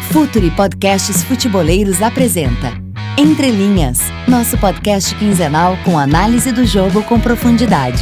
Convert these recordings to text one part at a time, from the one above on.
Futuri Podcasts Futeboleiros apresenta Entre Linhas, nosso podcast quinzenal com análise do jogo com profundidade.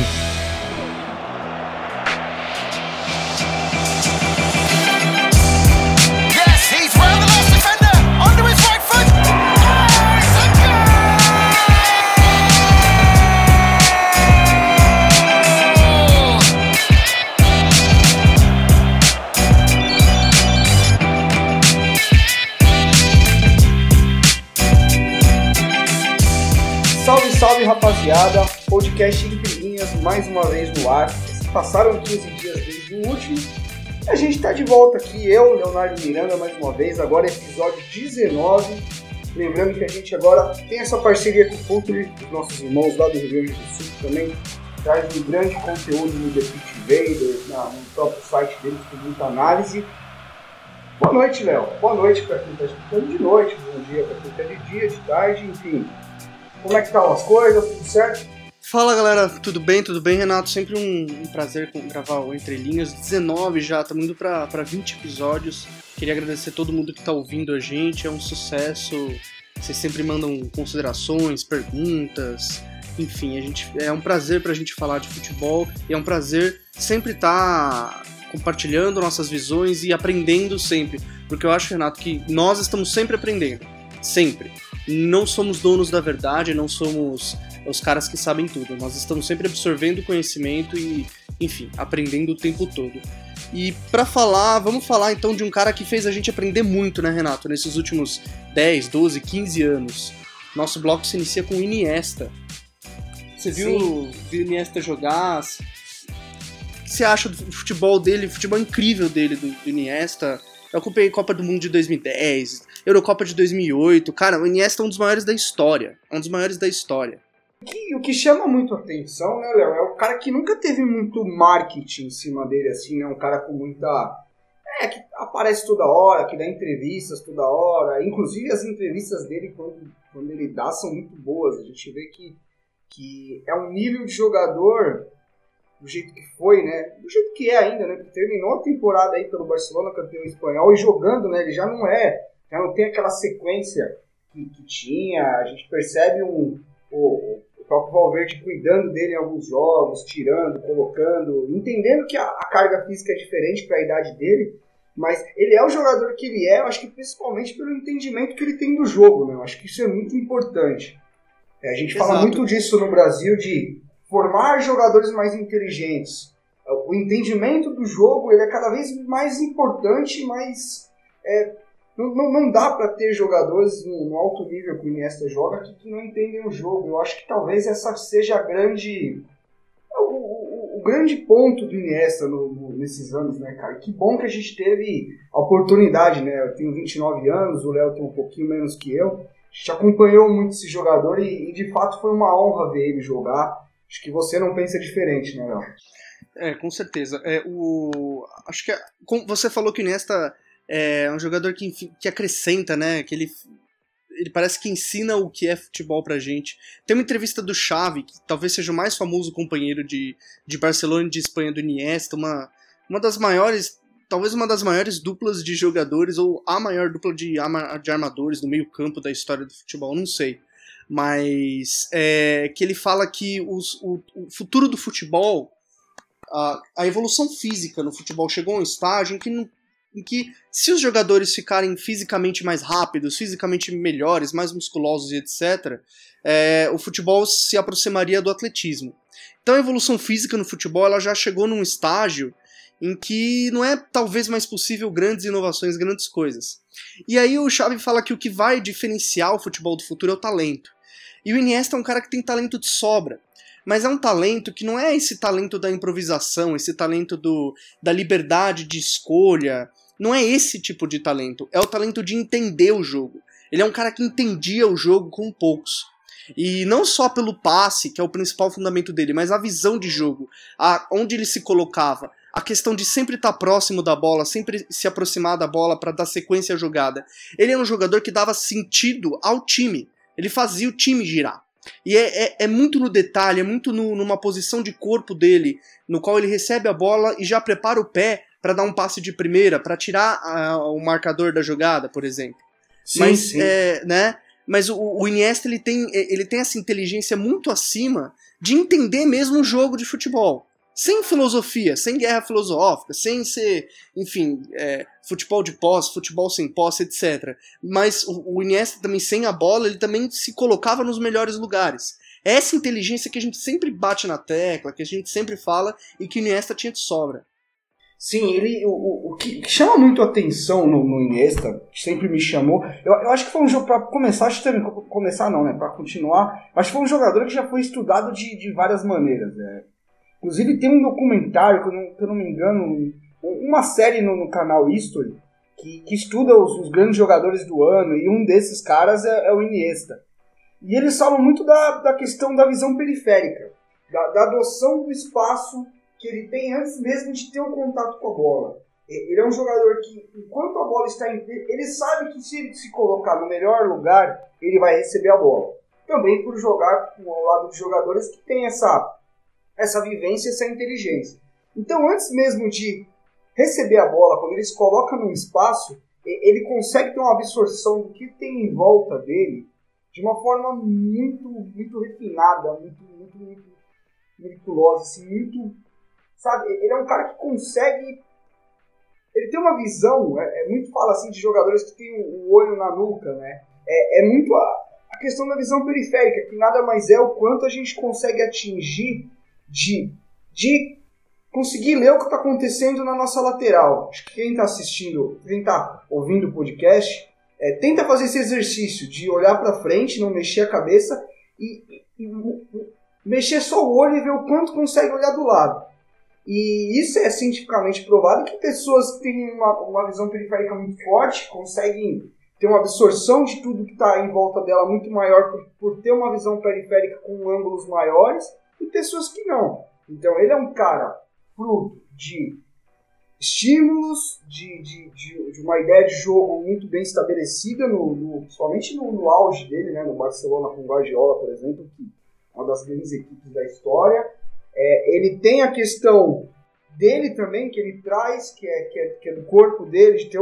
Salve rapaziada, podcast Entre Linhas mais uma vez no ar. Passaram 15 dias desde o último e a gente tá de volta aqui, eu, Leonardo Miranda, mais uma vez, agora episódio 19. Lembrando que a gente agora tem essa parceria com o Futuri, os nossos irmãos lá do Rio Grande do Sul, que também traz um grande conteúdo no The Pitch Invader, no próprio site deles, com muita análise. Boa noite, Léo. Boa noite para quem está escutando de noite, bom dia para quem está de dia, de tarde, enfim. Como é que estão as coisas? Tudo certo? Fala galera, tudo bem, Renato? Sempre um prazer gravar o Entre Linhas. 19 já, estamos indo para 20 episódios. Queria agradecer a todo mundo que está ouvindo a gente, é um sucesso. Vocês sempre mandam considerações, perguntas, enfim, é um prazer pra gente falar de futebol e é um prazer sempre estar compartilhando nossas visões e aprendendo sempre. Porque eu acho, Renato, que nós estamos sempre aprendendo, sempre. Não somos donos da verdade, não somos os caras que sabem tudo. Nós estamos sempre absorvendo conhecimento e, enfim, aprendendo o tempo todo. E pra falar, vamos falar então de um cara que fez a gente aprender muito, né, Renato? Nesses últimos 10, 12, 15 anos. Nosso bloco se inicia com o Iniesta. Você viu o Iniesta jogar? O que você acha do futebol dele, futebol incrível dele, do Iniesta? Eu acompanhei Copa do Mundo de 2010, Eurocopa de 2008. Cara, o Iniesta é um dos maiores da história. O que chama muito atenção, né, Léo, é o cara que nunca teve muito marketing em cima dele, assim, né? Um cara com muita... que aparece toda hora, que dá entrevistas toda hora. Inclusive as entrevistas dele, quando ele dá, são muito boas. A gente vê que é um nível de jogador... do jeito que foi, né? Do jeito que é ainda, né? Terminou a temporada aí pelo Barcelona, campeão espanhol, e jogando, né? Ele já não tem aquela sequência que tinha. A gente percebe o próprio Valverde cuidando dele em alguns jogos, tirando, colocando, entendendo que a carga física é diferente para a idade dele, mas ele é o jogador que ele é, eu acho que principalmente pelo entendimento que ele tem do jogo, né? Eu acho que isso é muito importante. A gente fala muito disso no Brasil, de formar jogadores mais inteligentes. O entendimento do jogo ele é cada vez mais importante, mas não dá para ter jogadores no alto nível que o Iniesta joga que não entendem o jogo. Eu acho que talvez essa seja o grande ponto do Iniesta nesses anos, né, cara? Que bom que a gente teve a oportunidade, né? Eu tenho 29 anos, o Léo tem um pouquinho menos que eu. A gente acompanhou muito esse jogador e de fato foi uma honra ver ele jogar. Acho que você não pensa diferente, né, Léo? Com certeza. Acho que como você falou que o Iniesta é um jogador que acrescenta, né? Que ele parece que ensina o que é futebol pra gente. Tem uma entrevista do Xavi, que talvez seja o mais famoso companheiro de Barcelona e de Espanha do Iniesta, uma das maiores, talvez uma das maiores duplas de jogadores, ou a maior dupla de armadores no meio campo da história do futebol, não sei. Mas que ele fala que o futuro do futebol, a evolução física no futebol chegou a um estágio em que se os jogadores ficarem fisicamente mais rápidos, fisicamente melhores, mais musculosos e etc., o futebol se aproximaria do atletismo. Então a evolução física no futebol ela já chegou num estágio em que não é talvez mais possível grandes inovações, grandes coisas. E aí o Xavi fala que o que vai diferenciar o futebol do futuro é o talento. E o Iniesta é um cara que tem talento de sobra, mas é um talento que não é esse talento da improvisação, esse talento da liberdade de escolha, não é esse tipo de talento, é o talento de entender o jogo. Ele é um cara que entendia o jogo com poucos. E não só pelo passe, que é o principal fundamento dele, mas a visão de jogo, onde ele se colocava, a questão de sempre estar próximo da bola, sempre se aproximar da bola para dar sequência à jogada. Ele é um jogador que dava sentido ao time, ele fazia o time girar. E é muito no detalhe, é muito numa posição de corpo dele, no qual ele recebe a bola e já prepara o pé para dar um passe de primeira, para tirar o marcador da jogada, por exemplo. Sim, Mas, sim. né? Mas o Iniesta ele tem essa inteligência muito acima de entender mesmo o jogo de futebol. Sem filosofia, sem guerra filosófica, sem ser, enfim, futebol de posse, futebol sem posse, etc. Mas o Iniesta também, sem a bola, ele também se colocava nos melhores lugares. Essa inteligência que a gente sempre bate na tecla, que a gente sempre fala, e que o Iniesta tinha de sobra. Sim, o que chama muito a atenção no Iniesta, que sempre me chamou, eu acho que foi um jogo, pra começar, pra continuar, acho que foi um jogador que já foi estudado de várias maneiras, Inclusive tem um documentário, que eu não me engano, uma série no canal History, que estuda os grandes jogadores do ano, e um desses caras é o Iniesta. E eles falam muito da questão da visão periférica, da adoção do espaço que ele tem antes mesmo de ter um contato com a bola. Ele é um jogador que, enquanto a bola está em pé, ele sabe que se ele se colocar no melhor lugar, ele vai receber a bola. Também por jogar ao lado de jogadores que têm essa vivência, essa inteligência. Então, antes mesmo de receber a bola, quando ele se coloca num espaço, ele consegue ter uma absorção do que tem em volta dele de uma forma muito, muito refinada, muito meticulosa, assim, muito, sabe? Ele é um cara que consegue, ele tem uma visão, muito fala assim de jogadores que tem o olho na nuca, né? É muito a questão da visão periférica, que nada mais é o quanto a gente consegue atingir de conseguir ler o que está acontecendo na nossa lateral. Acho que quem está assistindo, quem está ouvindo o podcast, tenta fazer esse exercício de olhar para frente, não mexer a cabeça e mexer só o olho e ver o quanto consegue olhar do lado. E isso é cientificamente provado, que pessoas que têm uma visão periférica muito forte conseguem ter uma absorção de tudo que está em volta dela muito maior por ter uma visão periférica com ângulos maiores, e pessoas que não. Então ele é um cara fruto de estímulos, de uma ideia de jogo muito bem estabelecida, principalmente no auge dele, né, no Barcelona com o Guardiola, por exemplo, que é uma das grandes equipes da história. Ele tem a questão dele também, que ele traz, que é do corpo dele, de ter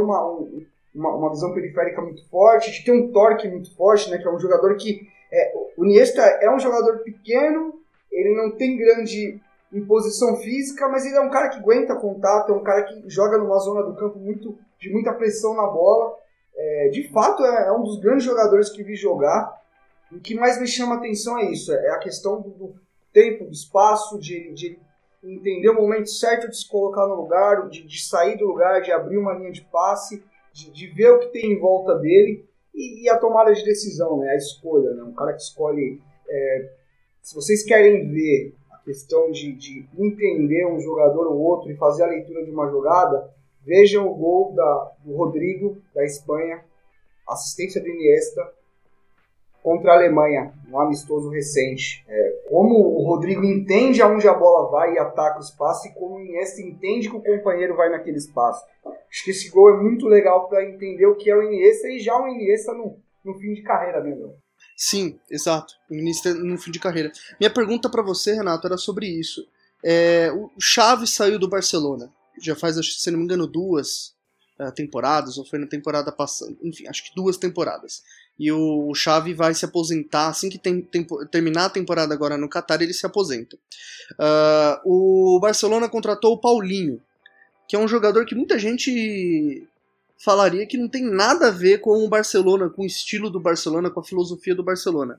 uma visão periférica muito forte, de ter um torque muito forte, né, que é um jogador que... o Iniesta é um jogador pequeno, ele não tem grande imposição física, mas ele é um cara que aguenta contato, é um cara que joga numa zona do campo de muita pressão na bola. De fato, é um dos grandes jogadores que vi jogar. O que mais me chama a atenção é isso, é a questão do tempo, do espaço, de entender o momento certo de se colocar no lugar, de sair do lugar, de abrir uma linha de passe, de ver o que tem em volta dele e a tomada de decisão, né? A escolha, né? Um cara que escolhe... se vocês querem ver a questão de entender um jogador ou outro e fazer a leitura de uma jogada, vejam o gol do Rodrigo, da Espanha, assistência do Iniesta, contra a Alemanha, um amistoso recente. Como o Rodrigo entende aonde a bola vai e ataca o espaço, e como o Iniesta entende que o companheiro vai naquele espaço. Acho que esse gol é muito legal para entender o que é o Iniesta, e já o Iniesta no fim de carreira, né, meu? Sim, exato. O Iniesta no fim de carreira. Minha pergunta para você, Renato, era sobre isso. O Xavi saiu do Barcelona. Já faz, se não me engano, 2 temporadas, ou foi na temporada passada. Enfim, acho que 2 temporadas. E o Xavi vai se aposentar assim que terminar a temporada agora no Qatar, ele se aposenta. O Barcelona contratou o Paulinho, que é um jogador que muita gente falaria que não tem nada a ver com o Barcelona, com o estilo do Barcelona, com a filosofia do Barcelona.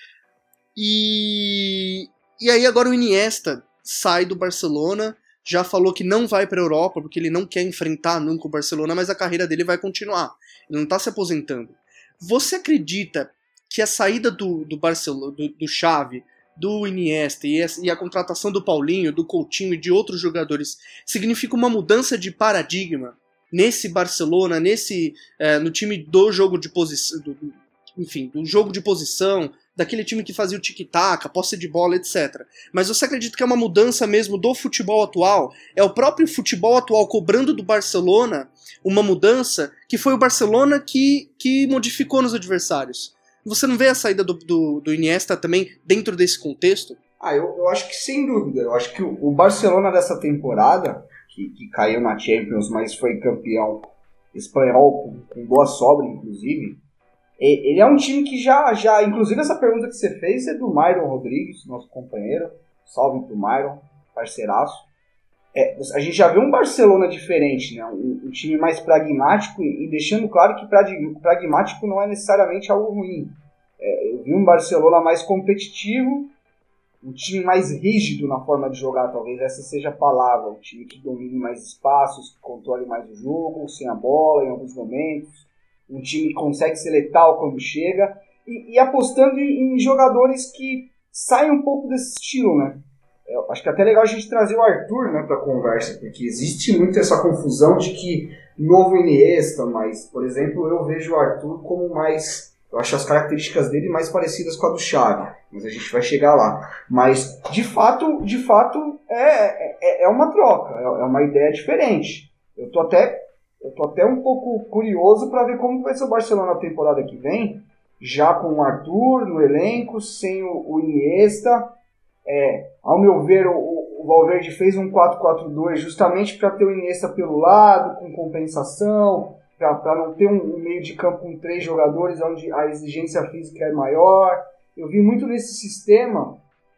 E aí agora o Iniesta sai do Barcelona, já falou que não vai para a Europa, porque ele não quer enfrentar nunca o Barcelona, mas a carreira dele vai continuar. Ele não está se aposentando. Você acredita que a saída do Barcelona, do Xavi, do Iniesta e a contratação do Paulinho, do Coutinho e de outros jogadores significa uma mudança de paradigma nesse Barcelona, no time do jogo de posição, do jogo de posição, daquele time que fazia o tic-tac, posse de bola, etc. Mas você acredita que é uma mudança mesmo do futebol atual? É o próprio futebol atual cobrando do Barcelona uma mudança que foi o Barcelona que modificou nos adversários? Você não vê a saída do Iniesta também dentro desse contexto? Eu acho que sem dúvida. Eu acho que o Barcelona dessa temporada que caiu na Champions, mas foi campeão espanhol com boa sobra, inclusive. Ele é um time que já... Inclusive, essa pergunta que você fez é do Myron Rodrigues, nosso companheiro. Salve pro Myron, parceiraço. A gente já viu um Barcelona diferente, né? Um time mais pragmático e deixando claro que pragmático não é necessariamente algo ruim. Eu vi um Barcelona mais competitivo, um time mais rígido na forma de jogar, talvez essa seja a palavra. Um time que domine mais espaços, que controle mais o jogo, sem a bola em alguns momentos. Um time que consegue ser letal quando chega. E apostando em jogadores que saem um pouco desse estilo, né? Eu acho que é até legal a gente trazer o Arthur, né, para a conversa, porque existe muito essa confusão de que novo Iniesta, mas, por exemplo, eu vejo o Arthur como mais... Eu acho as características dele mais parecidas com a do Xavi, mas a gente vai chegar lá. Mas, de fato é uma troca, é uma ideia diferente. Eu tô até um pouco curioso para ver como vai ser o Barcelona na temporada que vem, já com o Arthur no elenco, sem o Iniesta. Ao meu ver, o Valverde fez um 4-4-2 justamente para ter o Iniesta pelo lado, com compensação, para não ter um meio de campo com 3 jogadores, onde a exigência física é maior. Eu vi muito nesse sistema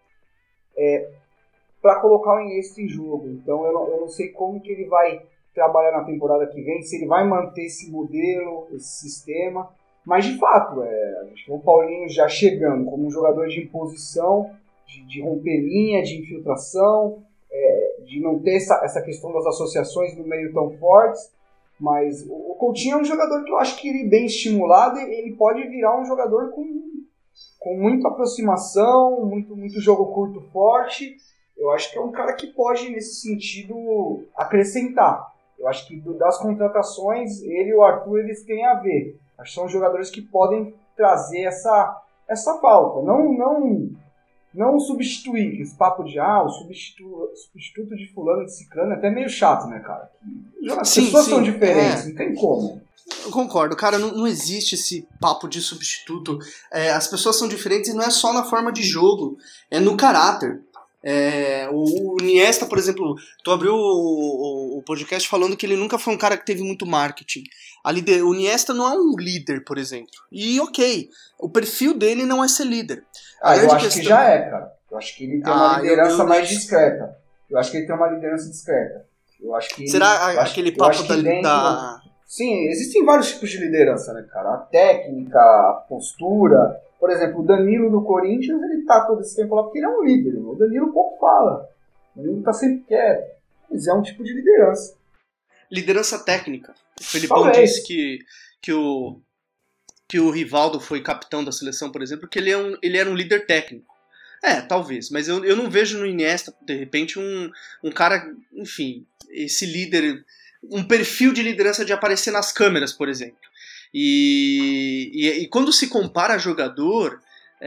para colocar o Iniesta em jogo. Então eu não sei como que ele vai trabalhar na temporada que vem, se ele vai manter esse modelo, esse sistema. Mas de fato, a gente vê o Paulinho já chegando como um jogador de imposição, de romper linha, de infiltração, de não ter essa questão das associações no meio tão fortes. Mas o Coutinho é um jogador que eu acho que ele bem estimulado, ele pode virar um jogador com muita aproximação, muito jogo curto forte. Eu acho que é um cara que pode, nesse sentido, acrescentar. Eu acho que das contratações, ele e o Arthur eles têm a ver. Acho que são jogadores que podem trazer essa falta. Não substituir, esse papo de o substituto de fulano, de ciclano, é até meio chato, né, cara? As pessoas são diferentes, não tem como. Eu concordo, cara, não existe esse papo de substituto. As pessoas são diferentes e não é só na forma de jogo, é no caráter. O Iniesta, por exemplo, tu abriu o podcast falando que ele nunca foi um cara que teve muito marketing. O Iniesta não é um líder, por exemplo. E ok, o perfil dele não é ser líder. Eu acho que já é, cara. Eu acho que ele tem uma liderança mais discreta. Eu acho que ele tem uma liderança discreta. Eu acho que aquele papo da... Sim, existem vários tipos de liderança, né, cara? A técnica, a postura. Por exemplo, o Danilo no Corinthians, ele tá todo esse tempo lá porque ele é um líder. O Danilo pouco fala. O Danilo tá sempre quieto. Mas é um tipo de liderança. Liderança técnica. O Felipão disse que o Rivaldo foi capitão da seleção, por exemplo, porque ele era um líder técnico. Talvez, mas eu não vejo no Iniesta, de repente, um cara, enfim, esse líder, um perfil de liderança de aparecer nas câmeras, por exemplo. E quando se compara a jogador,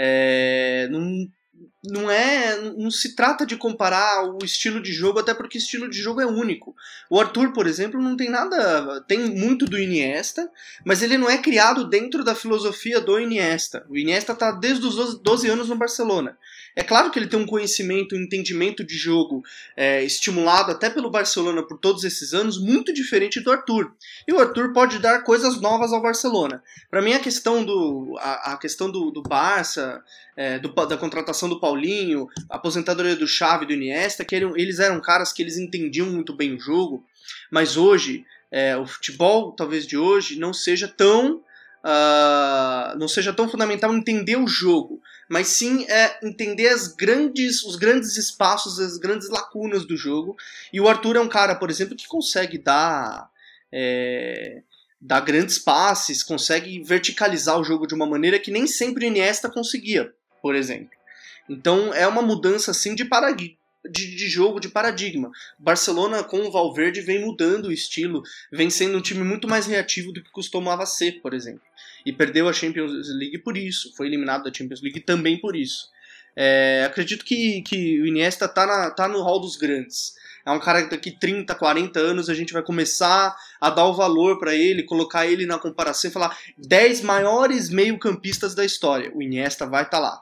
não se trata de comparar o estilo de jogo, até porque o estilo de jogo é único. O Arthur, por exemplo, não tem nada, tem muito do Iniesta, mas ele não é criado dentro da filosofia do Iniesta. O Iniesta está desde os 12 anos no Barcelona. É claro que ele tem um conhecimento, um entendimento de jogo estimulado até pelo Barcelona por todos esses anos, muito diferente do Arthur. E o Arthur pode dar coisas novas ao Barcelona. Para mim, a questão do Barça, da contratação do Paulinho, a aposentadoria do Xavi e do Iniesta, que eles eram caras que eles entendiam muito bem o jogo, mas hoje, o futebol, talvez de hoje, não seja tão fundamental entender o jogo, mas sim entender os grandes espaços, as grandes lacunas do jogo. E o Arthur é um cara, por exemplo, que consegue dar grandes passes, consegue verticalizar o jogo de uma maneira que nem sempre o Iniesta conseguia, por exemplo. Então é uma mudança assim de jogo, de paradigma. O Barcelona com o Valverde vem mudando o estilo, vem sendo um time muito mais reativo do que costumava ser, por exemplo. E perdeu a Champions League por isso, foi eliminado da Champions League também por isso. Acredito que o Iniesta tá no hall dos grandes. É um cara que daqui 30, 40 anos a gente vai começar a dar o valor para ele, colocar ele na comparação e falar 10 maiores meio-campistas da história. O Iniesta vai estar lá.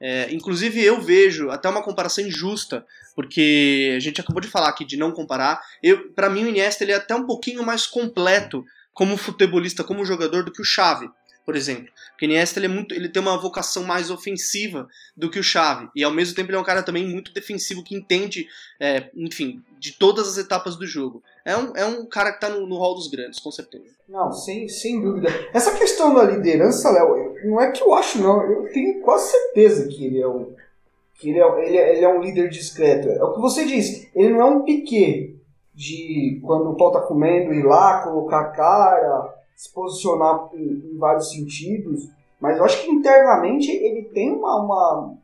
Inclusive eu vejo até uma comparação injusta, porque a gente acabou de falar aqui de não comparar. Para mim o Iniesta ele é até um pouquinho mais completo como futebolista, como jogador, do que o Xavi, por exemplo. Porque o Iniesta ele tem uma vocação mais ofensiva do que o Xavi, e ao mesmo tempo ele é um cara também muito defensivo, que entende, enfim, de todas as etapas do jogo. É um cara que tá no hall dos grandes, com certeza. Não, sem dúvida. Essa questão da liderança, Léo, não é que eu acho, não. Eu tenho quase certeza que ele é um líder discreto. É o que você disse. Ele não é um Piquet de, quando o pau tá comendo, ir lá, colocar a cara, se posicionar em vários sentidos. Mas eu acho que internamente ele tem uma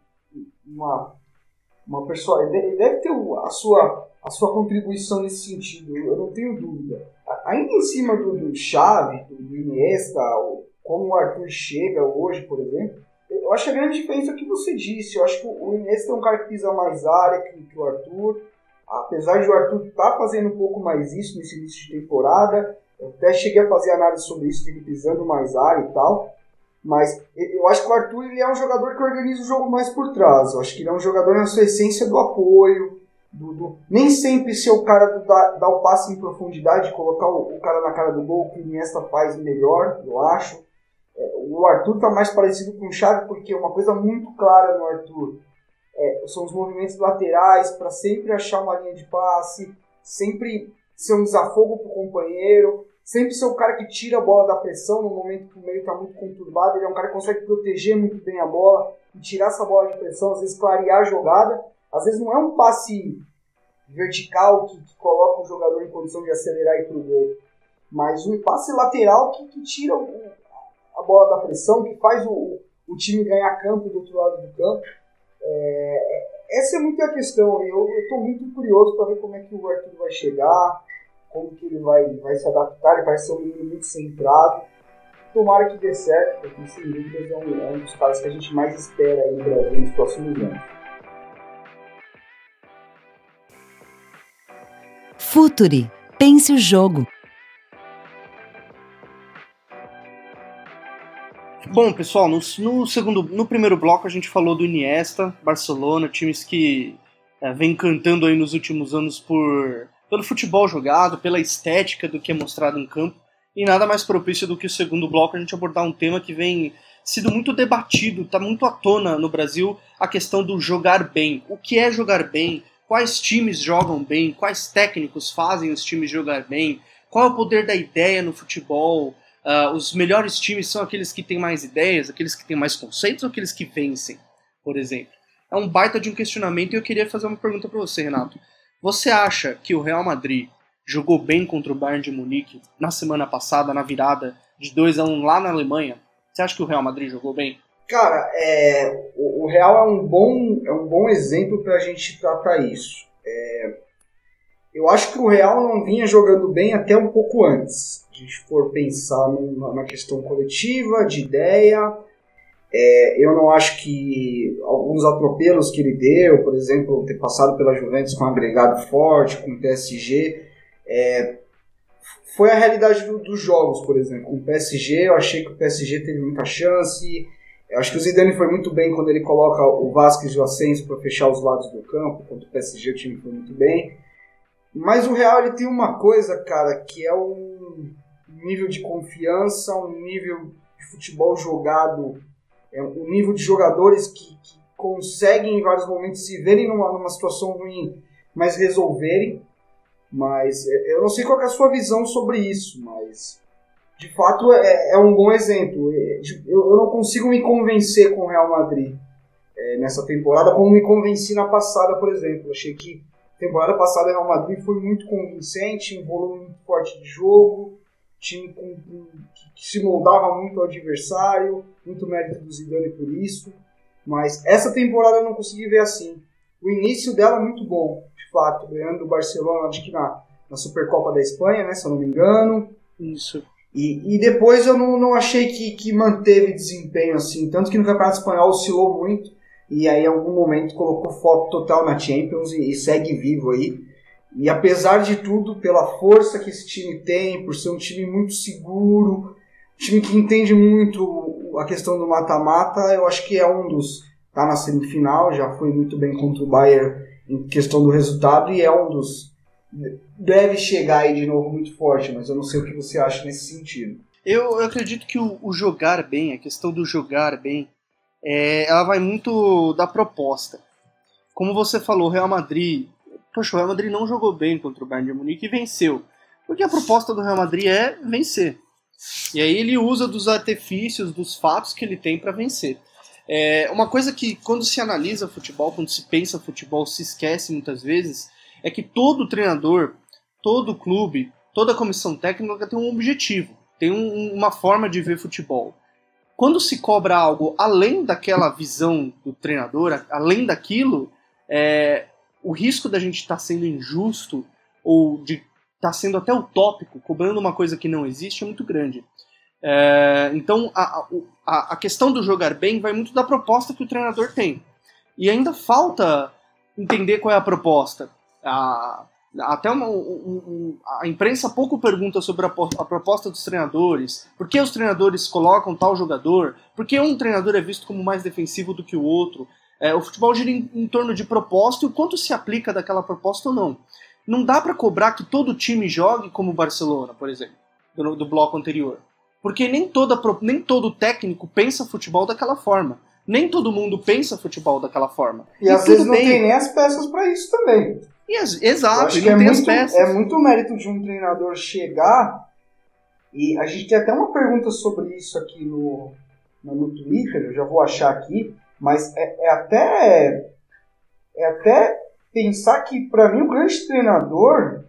pessoa. Ele deve ter a sua contribuição nesse sentido, eu não tenho dúvida. Ainda em cima do Xavi, do Iniesta, como o Arthur chega hoje, por exemplo, eu acho que a grande diferença é o que você disse. Eu acho que o Iniesta é um cara que pisa mais área que o Arthur, apesar de o Arthur estar fazendo um pouco mais isso nesse início de temporada. Eu até cheguei a fazer análise sobre isso, ele pisando mais área e tal. Mas eu acho que o Arthur ele é um jogador que organiza o jogo mais por trás. Eu acho que ele é um jogador na sua essência do apoio, nem sempre ser o cara dar o passe em profundidade, colocar o cara na cara do gol, que o Iniesta faz melhor, eu acho. O Arthur está mais parecido com o Xavi, porque uma coisa muito clara no Arthur são os movimentos laterais, para sempre achar uma linha de passe, sempre ser um desafogo para o companheiro, sempre ser o cara que tira a bola da pressão no momento que o meio está muito conturbado. Ele é um cara que consegue proteger muito bem a bola e tirar essa bola de pressão, às vezes clarear a jogada. Às vezes não é um passe vertical que coloca o jogador em condição de acelerar e ir para o gol, mas um passe lateral que tira a bola da pressão, que faz o time ganhar campo do outro lado do campo. Essa é muito a questão. Eu estou muito curioso para ver como é que o Arthur vai chegar, como que ele vai se adaptar. Ele vai ser um menino muito centrado. Tomara que dê certo, porque sem dúvidas é um dos caras que a gente mais espera aí no Brasil nos próximos anos. Futuri. Pense o jogo. Bom, pessoal, no primeiro bloco a gente falou do Iniesta, Barcelona, times que vem cantando aí nos últimos anos pelo futebol jogado, pela estética do que é mostrado em campo, e nada mais propício do que o segundo bloco a gente abordar um tema que vem sido muito debatido, está muito à tona no Brasil, a questão do jogar bem. O que é jogar bem? Quais times jogam bem? Quais técnicos fazem os times jogar bem? Qual é o poder da ideia no futebol? Os melhores times são aqueles que têm mais ideias, aqueles que têm mais conceitos ou aqueles que vencem, por exemplo? É um baita de um questionamento e eu queria fazer uma pergunta para você, Renato. Você acha que o Real Madrid jogou bem contra o Bayern de Munique na semana passada, na virada de 2-1 lá na Alemanha? Você acha que o Real Madrid jogou bem? Cara, o Real é um bom exemplo para a gente tratar isso. Eu acho que o Real não vinha jogando bem até um pouco antes. Se a gente for pensar na questão coletiva, de ideia, eu não acho que alguns atropelos que ele deu, por exemplo, ter passado pela Juventus com um agregado forte, com o PSG, foi a realidade dos jogos, por exemplo. Com o PSG, eu achei que o PSG teve muita chance. Eu acho que o Zidane foi muito bem quando ele coloca o Vasquez e o Asensio para fechar os lados do campo. Contra o PSG, o time foi muito bem. Mas o Real ele tem uma coisa, cara, que é um nível de confiança, um nível de futebol jogado, um nível de jogadores que conseguem em vários momentos se verem numa situação ruim, mas resolverem. Mas eu não sei qual é a sua visão sobre isso, mas de fato é um bom exemplo. Eu não consigo me convencer com o Real Madrid nessa temporada como me convenci na passada, por exemplo. Achei que a temporada passada o Real Madrid foi muito convincente, um volume muito forte de jogo, time que se moldava muito ao adversário, muito mérito do Zidane por isso. Mas essa temporada eu não consegui ver assim. O início dela é muito bom, de fato, ganhando do Barcelona, acho que na Supercopa da Espanha, né, se eu não me engano. Isso. E depois eu não achei que manteve desempenho assim, tanto que no Campeonato Espanhol oscilou muito, e aí em algum momento colocou foco total na Champions e segue vivo aí. E apesar de tudo, pela força que esse time tem, por ser um time muito seguro, um time que entende muito a questão do mata-mata, eu acho que tá na semifinal, já foi muito bem contra o Bayern em questão do resultado e é um dos... Deve chegar aí de novo muito forte, mas eu não sei o que você acha nesse sentido. Eu acredito que o jogar bem, a questão do jogar bem, ela vai muito da proposta. Como você falou, o Real Madrid... Poxa, o Real Madrid não jogou bem contra o Bayern de Munique e venceu. Porque a proposta do Real Madrid é vencer. E aí ele usa dos artifícios, dos fatos que ele tem para vencer. Uma coisa que quando se analisa futebol, quando se pensa futebol, se esquece muitas vezes, é que todo treinador, todo clube, toda comissão técnica tem um objetivo, tem uma forma de ver futebol. Quando se cobra algo além daquela visão do treinador, além daquilo, o risco da gente estar sendo injusto ou de estar sendo até utópico, cobrando uma coisa que não existe, é muito grande. Então a questão do jogar bem vai muito da proposta que o treinador tem. E ainda falta entender qual é a proposta. Até a imprensa pouco pergunta sobre a proposta dos treinadores, por que os treinadores colocam tal jogador, por que um treinador é visto como mais defensivo do que o outro. O futebol gira em torno de proposta e o quanto se aplica daquela proposta ou não. Não dá para cobrar que todo time jogue como o Barcelona, por exemplo, do bloco anterior. Porque nem todo técnico pensa futebol daquela forma. Nem todo mundo pensa futebol daquela forma. E às vezes não tem nem as peças para isso também. Exato, e não tem as peças. É muito mérito de um treinador chegar, e a gente tem até uma pergunta sobre isso aqui no Twitter, eu já vou achar aqui, mas é até pensar que, para mim, o grande treinador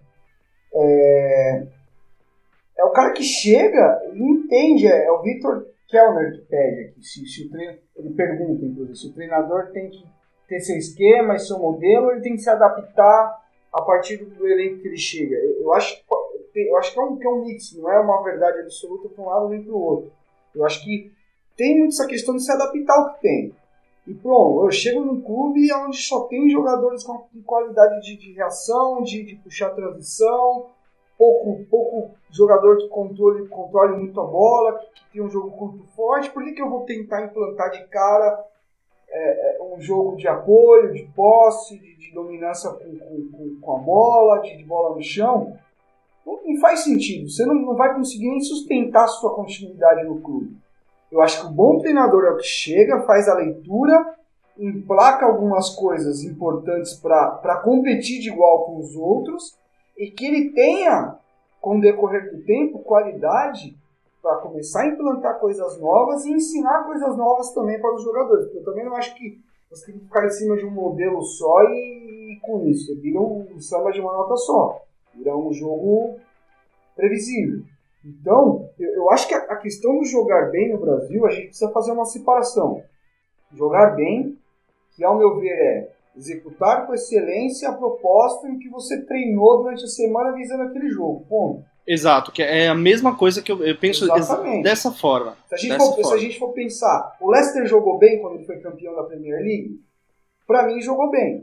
é o cara que chega e entende, é o Victor Kellner que pede aqui, ele pergunta, inclusive, se o treinador tem que ter seu esquema e seu modelo, ele tem que se adaptar a partir do elenco que ele chega. Eu acho que é um mix, não é uma verdade absoluta para um lado nem para o outro. Eu acho que tem muito essa questão de se adaptar ao que tem. E pronto, eu chego num clube onde só tem jogadores com qualidade de reação, de puxar transição, pouco jogador que controle muito a bola, que tem um jogo curto forte. Por que eu vou tentar implantar de cara um jogo de apoio, de posse, de dominância com a bola, de bola no chão? Não faz sentido. Você não vai conseguir nem sustentar a sua continuidade no clube. Eu acho que o bom treinador é o que chega, faz a leitura, emplaca algumas coisas importantes para competir de igual com os outros e que ele tenha, com o decorrer do tempo, qualidade para começar a implantar coisas novas e ensinar coisas novas também para os jogadores. Porque eu também não acho que você tem que ficar em cima de um modelo só e com isso. Vira um samba de uma nota só. Vira um jogo previsível. Então, eu acho que a questão do jogar bem no Brasil, a gente precisa fazer uma separação. Jogar bem, que ao meu ver é executar com excelência a proposta em que você treinou durante a semana visando aquele jogo. Ponto. Exato, que é a mesma coisa que eu penso dessa forma. Se a gente for pensar, o Leicester jogou bem quando ele foi campeão da Premier League? Pra mim, jogou bem.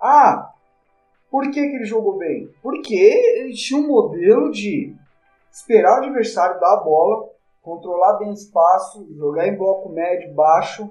Por que ele jogou bem? Porque ele tinha um modelo de esperar o adversário dar a bola, controlar bem o espaço, jogar em bloco médio, baixo,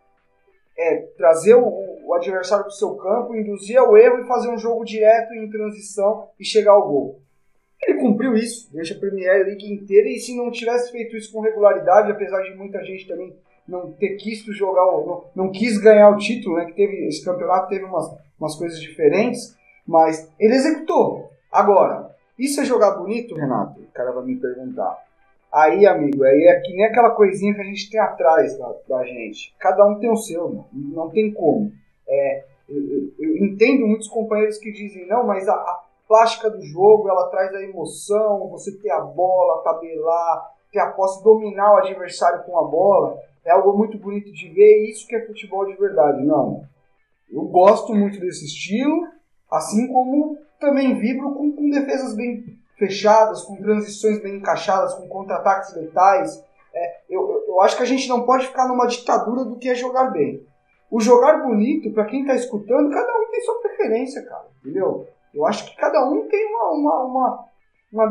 trazer o adversário para o seu campo, induzir ao erro e fazer um jogo direto em transição e chegar ao gol. Ele cumpriu isso durante a Premier League inteira, e se não tivesse feito isso com regularidade, apesar de muita gente também não ter quisto jogar, não quis ganhar o título, né, que teve esse campeonato teve umas coisas diferentes, mas ele executou. Agora, isso é jogar bonito, Renato? O cara vai me perguntar. Aí, amigo, aí é que nem aquela coisinha que a gente tem atrás da gente. Cada um tem o seu, não tem como. Eu entendo muitos companheiros que dizem, não, mas a plástica do jogo, ela traz a emoção, você ter a bola, tabelar, ter a posse, dominar o adversário com a bola, é algo muito bonito de ver, e isso que é futebol de verdade. Não, eu gosto muito desse estilo, assim como também vibro com defesas bem fechadas, com transições bem encaixadas, com contra-ataques letais. Eu acho que a gente não pode ficar numa ditadura do que é jogar bem. O jogar bonito, para quem está escutando, cada um tem sua preferência, cara, entendeu? Eu acho que cada um tem uma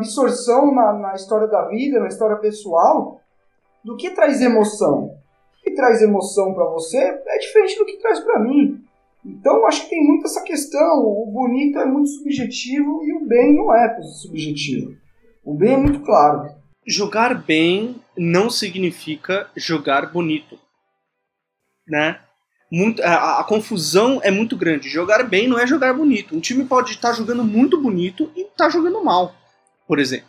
absorção na história da vida, na história pessoal, do que traz emoção. E que traz emoção pra você é diferente do que traz pra mim. Então, acho que tem muito essa questão. O bonito é muito subjetivo e o bem não é subjetivo. O bem é muito claro. Jogar bem não significa jogar bonito, né? A confusão é muito grande. Jogar bem não é jogar bonito. Um time pode estar jogando muito bonito e estar jogando mal, por exemplo.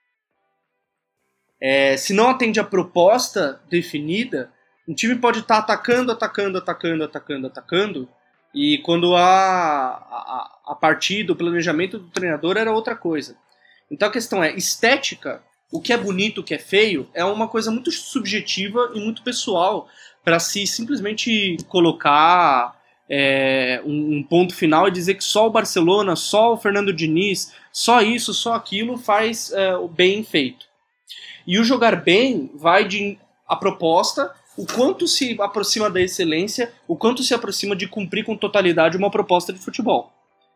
Se não atende a proposta definida, um time pode estar atacando, e quando a partida, o planejamento do treinador era outra coisa. Então a questão é, estética, o que é bonito, o que é feio, é uma coisa muito subjetiva e muito pessoal para se simplesmente colocar um ponto final e dizer que só o Barcelona, só o Fernando Diniz, só isso, só aquilo faz o bem feito. E o jogar bem vai de a proposta, o quanto se aproxima da excelência, o quanto se aproxima de cumprir com totalidade uma proposta de futebol.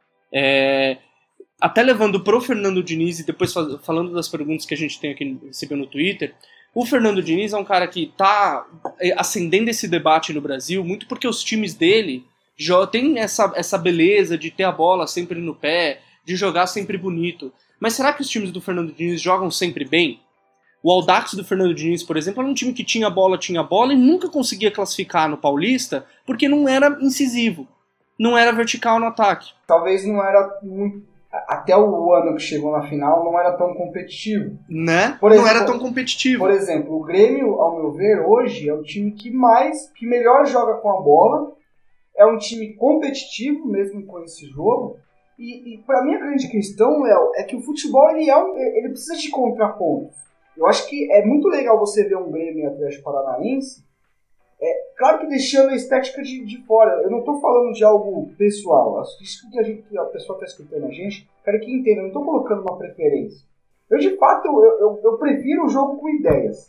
Até levando pro Fernando Diniz e depois falando das perguntas que a gente tem aqui recebendo no Twitter, o Fernando Diniz é um cara que está acendendo esse debate no Brasil muito porque os times dele têm essa beleza de ter a bola sempre no pé, de jogar sempre bonito. Mas será que os times do Fernando Diniz jogam sempre bem? O Audax do Fernando Diniz, por exemplo, era um time que tinha bola e nunca conseguia classificar no Paulista porque não era incisivo, não era vertical no ataque. Talvez não era muito... Até o ano que chegou na final não era tão competitivo. Né? Não era tão competitivo. Por exemplo, o Grêmio, ao meu ver, hoje é o time que melhor joga com a bola, é um time competitivo mesmo com esse jogo, e para mim a grande questão, Léo, é que o futebol ele precisa de contrapontos. Eu acho que é muito legal você ver um Grêmio e Atlético Paranaense, claro que deixando a estética de fora. Eu não estou falando de algo pessoal. Isso que a pessoa está escutando a gente, quero que entenda, eu não estou colocando uma preferência. Eu, de fato, eu prefiro o jogo com ideias.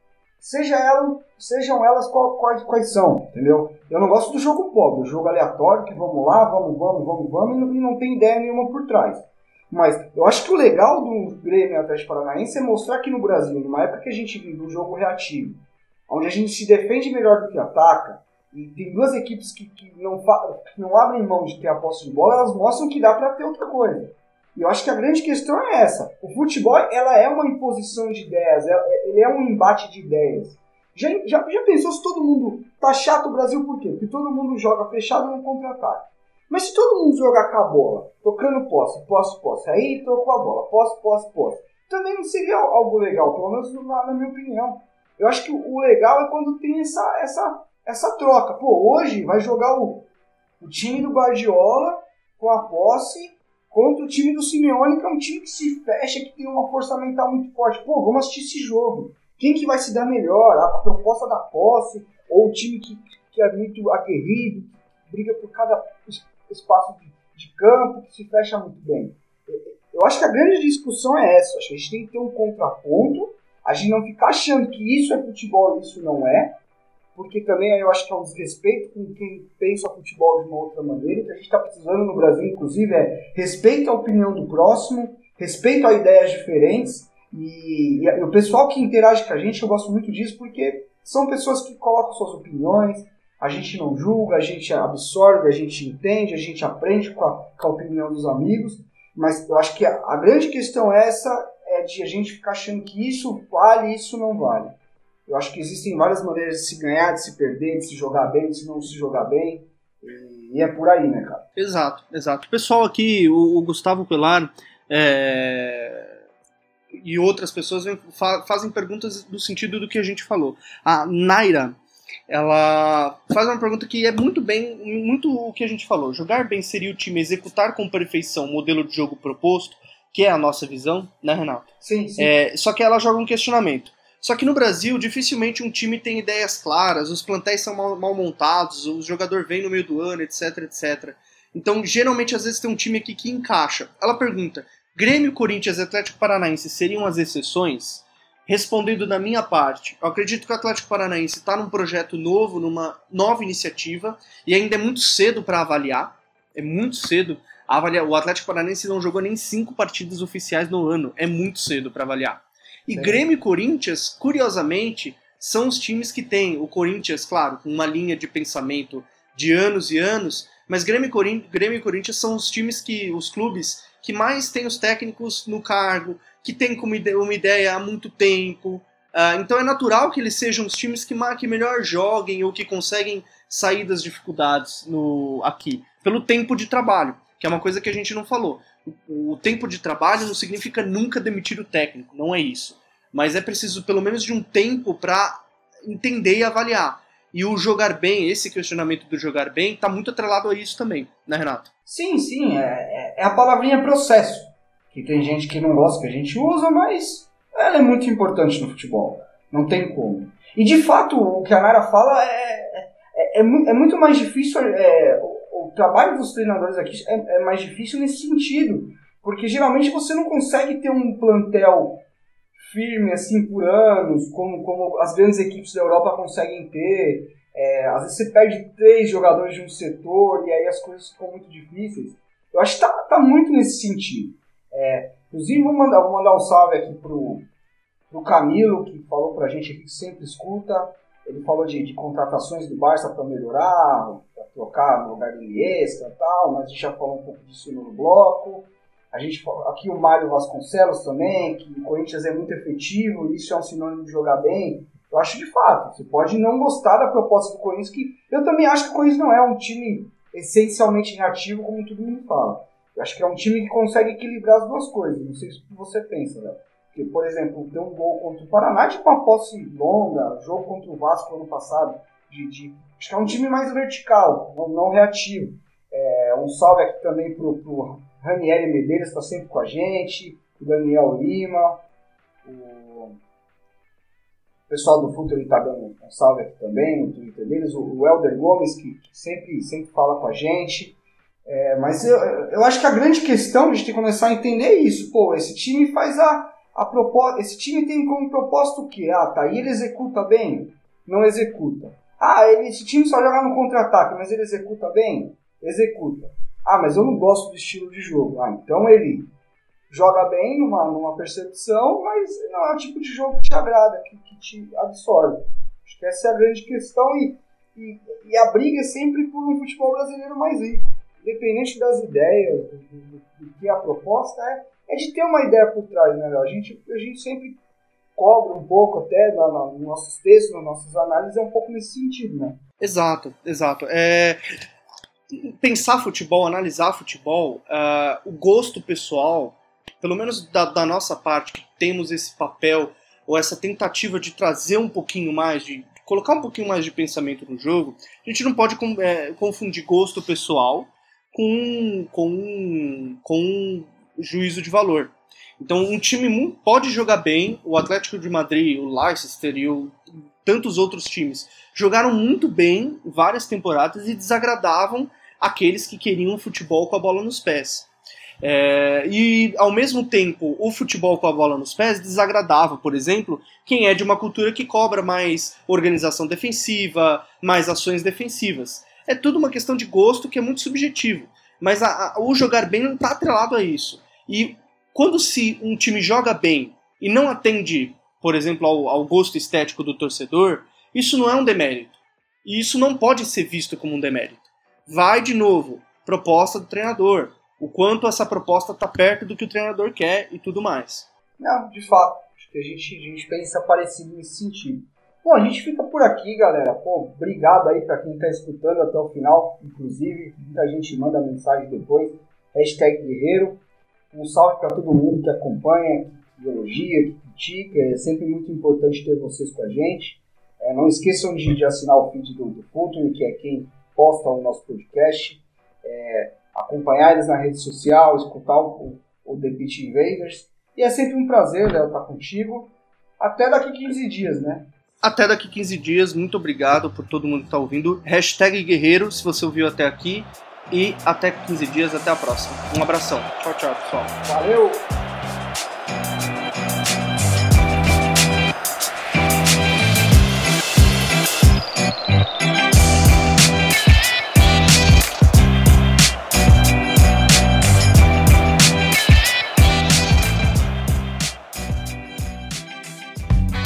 Sejam elas quais são, entendeu? Eu não gosto do jogo pobre, do jogo aleatório, que vamos lá, vamos, e não tem ideia nenhuma por trás. Mas eu acho que o legal do Grêmio e Atlético Paranaense é mostrar que no Brasil, numa época que a gente vive um jogo reativo, onde a gente se defende melhor do que ataca, e tem duas equipes que não abrem mão de ter a posse de bola, elas mostram que dá para ter outra coisa. E eu acho que a grande questão é essa. O futebol, ela é uma imposição de ideias, ele é um embate de ideias. Já pensou se todo mundo... Tá chato o Brasil por quê? Porque todo mundo joga fechado no contra-ataque. Mas se todo mundo jogar com a bola, tocando posse, aí trocou a bola, posse, também não seria algo legal, pelo menos na minha opinião. Eu acho que o legal é quando tem essa troca. Pô, hoje vai jogar o time do Guardiola com a posse contra o time do Simeone, que é um time que se fecha, que tem uma força mental muito forte. Pô, vamos assistir esse jogo. Quem que vai se dar melhor? A proposta da posse ou o time que é muito aguerrido, briga por cada espaço de campo, que se fecha muito bem. Eu acho que a grande discussão é essa. Acho que a gente tem que ter um contraponto, a gente não ficar achando que isso é futebol e isso não é, porque também eu acho que é um desrespeito com quem pensa o futebol de uma outra maneira. O que a gente está precisando no Brasil, inclusive, é respeito à opinião do próximo, respeito a ideias diferentes, e o pessoal que interage com a gente, eu gosto muito disso, porque são pessoas que colocam suas opiniões, a gente não julga, a gente absorve, a gente entende, a gente aprende com a opinião dos amigos, mas eu acho que a grande questão é de a gente ficar achando que isso vale e isso não vale. Eu acho que existem várias maneiras de se ganhar, de se perder, de se jogar bem, de não se jogar bem, e é por aí, né, cara? Exato. O pessoal aqui, o Gustavo Pelar e outras pessoas fazem perguntas no sentido do que a gente falou. A Naira, ela faz uma pergunta que é muito o que a gente falou. Jogar bem seria o time executar com perfeição o modelo de jogo proposto, que é a nossa visão, né, Renato? Sim. Só que ela joga um questionamento. Só que no Brasil, dificilmente um time tem ideias claras, os plantéis são mal montados, o jogador vem no meio do ano, etc. Então, geralmente, às vezes tem um time aqui que encaixa. Ela pergunta, Grêmio, Corinthians e Atlético Paranaense seriam as exceções? Respondendo da minha parte, eu acredito que o Atlético Paranaense está num projeto novo, numa nova iniciativa, e ainda é muito cedo para avaliar. É muito cedo. O Atlético Paranaense não jogou nem 5 partidas oficiais no ano. É muito cedo para avaliar. E Grêmio e Corinthians, curiosamente, são os times que têm o Corinthians, claro, com uma linha de pensamento de anos e anos, mas Grêmio e Corinthians são os clubes que mais têm os técnicos no cargo, que têm como uma ideia há muito tempo. Então é natural que eles sejam os times que melhor joguem ou que conseguem sair das dificuldades aqui, pelo tempo de trabalho, que é uma coisa que a gente não falou. O tempo de trabalho não significa nunca demitir o técnico, não é isso. Mas é preciso pelo menos de um tempo para entender e avaliar. E o jogar bem, esse questionamento do jogar bem, está muito atrelado a isso também, né, Renato? Sim, é a palavrinha processo, que tem gente que não gosta que a gente usa, mas ela é muito importante no futebol, não tem como. E de fato, o que a Nara fala é muito mais difícil, o trabalho dos treinadores aqui é mais difícil nesse sentido, porque geralmente você não consegue ter um plantel firme assim por anos, como as grandes equipes da Europa conseguem ter. Às vezes você perde 3 jogadores de um setor e aí as coisas ficam muito difíceis. Eu acho que tá muito nesse sentido. Inclusive vou mandar um salve aqui pro Camilo, que falou pra gente aqui, que sempre escuta. Ele falou de contratações do Barça para melhorar, para trocar no lugar do Iniesta e tal, mas a gente já falou um pouco disso no bloco. A gente aqui o Mário Vasconcelos também, que o Corinthians é muito efetivo, isso é um sinônimo de jogar bem. Eu acho de fato, você pode não gostar da proposta do Corinthians, que eu também acho que o Corinthians não é um time essencialmente reativo, como todo mundo fala. Eu acho que é um time que consegue equilibrar as duas coisas, não sei o que você pensa, né? Porque, por exemplo, ter um gol contra o Paraná de uma posse longa, jogo contra o Vasco ano passado, acho que é um time mais vertical, não reativo. Um salve aqui também pro Ranieri Medeiros, está sempre com a gente, o Daniel Lima, o pessoal do Futuro está dando um salve aqui também no Twitter deles, o Helder Gomes, que sempre fala com a gente. Mas eu acho que a grande questão, a gente tem que começar a entender isso. Esse time faz a proposta, esse time tem como propósito o quê? Aí ele executa bem? Não executa. Esse time só joga no contra-ataque, mas ele executa bem? Executa. Mas eu não gosto do estilo de jogo. Então ele joga bem numa percepção, mas não é o tipo de jogo que te agrada, que te absorve. Acho que essa é a grande questão e a briga é sempre por um futebol brasileiro mais rico. Independente das ideias, do que a proposta é de ter uma ideia por trás, né, Léo? A gente sempre cobra um pouco até nos nossos textos, nas nossas análises, um pouco nesse sentido, né? Exato. Pensar futebol, analisar futebol, o gosto pessoal, pelo menos da nossa parte, que temos esse papel, ou essa tentativa de trazer um pouquinho mais, de colocar um pouquinho mais de pensamento no jogo, a gente não pode confundir gosto pessoal com juízo de valor. Então um time pode jogar bem, o Atlético de Madrid, o Leicester e tantos outros times jogaram muito bem várias temporadas e desagradavam aqueles que queriam futebol com a bola nos pés. E ao mesmo tempo o futebol com a bola nos pés desagradava, por exemplo, quem é de uma cultura que cobra mais organização defensiva, mais ações defensivas. É tudo uma questão de gosto que é muito subjetivo, mas o jogar bem não está atrelado a isso. E quando se um time joga bem e não atende, por exemplo, ao gosto estético do torcedor, isso não é um demérito. E isso não pode ser visto como um demérito. Vai, de novo, proposta do treinador. O quanto essa proposta está perto do que o treinador quer e tudo mais. Não, de fato. Acho que a gente pensa parecido nesse sentido. Bom, a gente fica por aqui, galera. Obrigado aí para quem está escutando até o final. Inclusive, muita gente manda mensagem depois. #Guerreiro. Um salve para todo mundo que acompanha, que elogia, que critica. É sempre muito importante ter vocês com a gente. Não esqueçam de assinar o feed do Futuro, que é quem posta o nosso podcast. Acompanhar eles na rede social, escutar o The Pitch Invaders. E é sempre um prazer, Léo, estar contigo. Até daqui 15 dias, né? Até daqui 15 dias. Muito obrigado por todo mundo que está ouvindo. #Guerreiro, se você ouviu até aqui. E até 15 dias, até a próxima. Um abração. Tchau, pessoal. Valeu!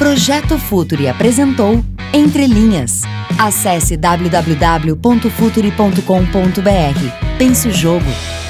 Projeto Futuri apresentou Entre Linhas. Acesse www.futuri.com.br. Pense o jogo.